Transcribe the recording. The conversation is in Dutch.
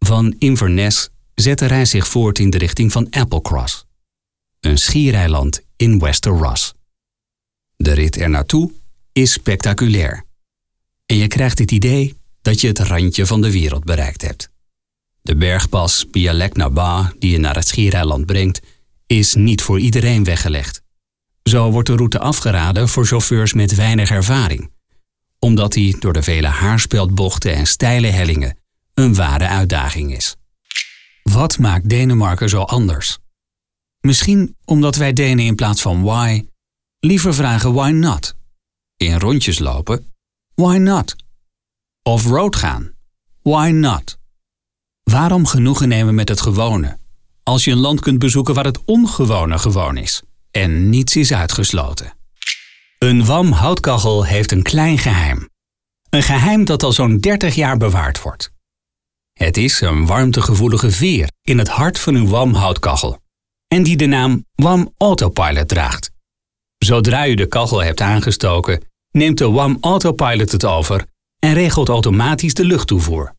Van Inverness zet de reis zich voort in de richting van Applecross, een schiereiland in Wester Ross. De rit ernaartoe is spectaculair en je krijgt het idee dat je het randje van de wereld bereikt hebt. De bergpas Bialek Naba die je naar het schiereiland brengt, is niet voor iedereen weggelegd. Zo wordt de route afgeraden voor chauffeurs met weinig ervaring, omdat die door de vele haarspeldbochten en steile hellingen een ware uitdaging is. Wat maakt Denemarken zo anders? Misschien omdat wij Denen in plaats van why liever vragen why not. In rondjes lopen, why not? Off-road gaan, why not? Waarom genoegen nemen met het gewone, als je een land kunt bezoeken waar het ongewone gewoon is en niets is uitgesloten? Een WAM houtkachel heeft een klein geheim. Een geheim dat al zo'n 30 jaar bewaard wordt. Het is een warmtegevoelige veer in het hart van uw WAM houtkachel en die de naam WAM Autopilot draagt. Zodra u de kachel hebt aangestoken, neemt de WAM Autopilot het over en regelt automatisch de luchttoevoer.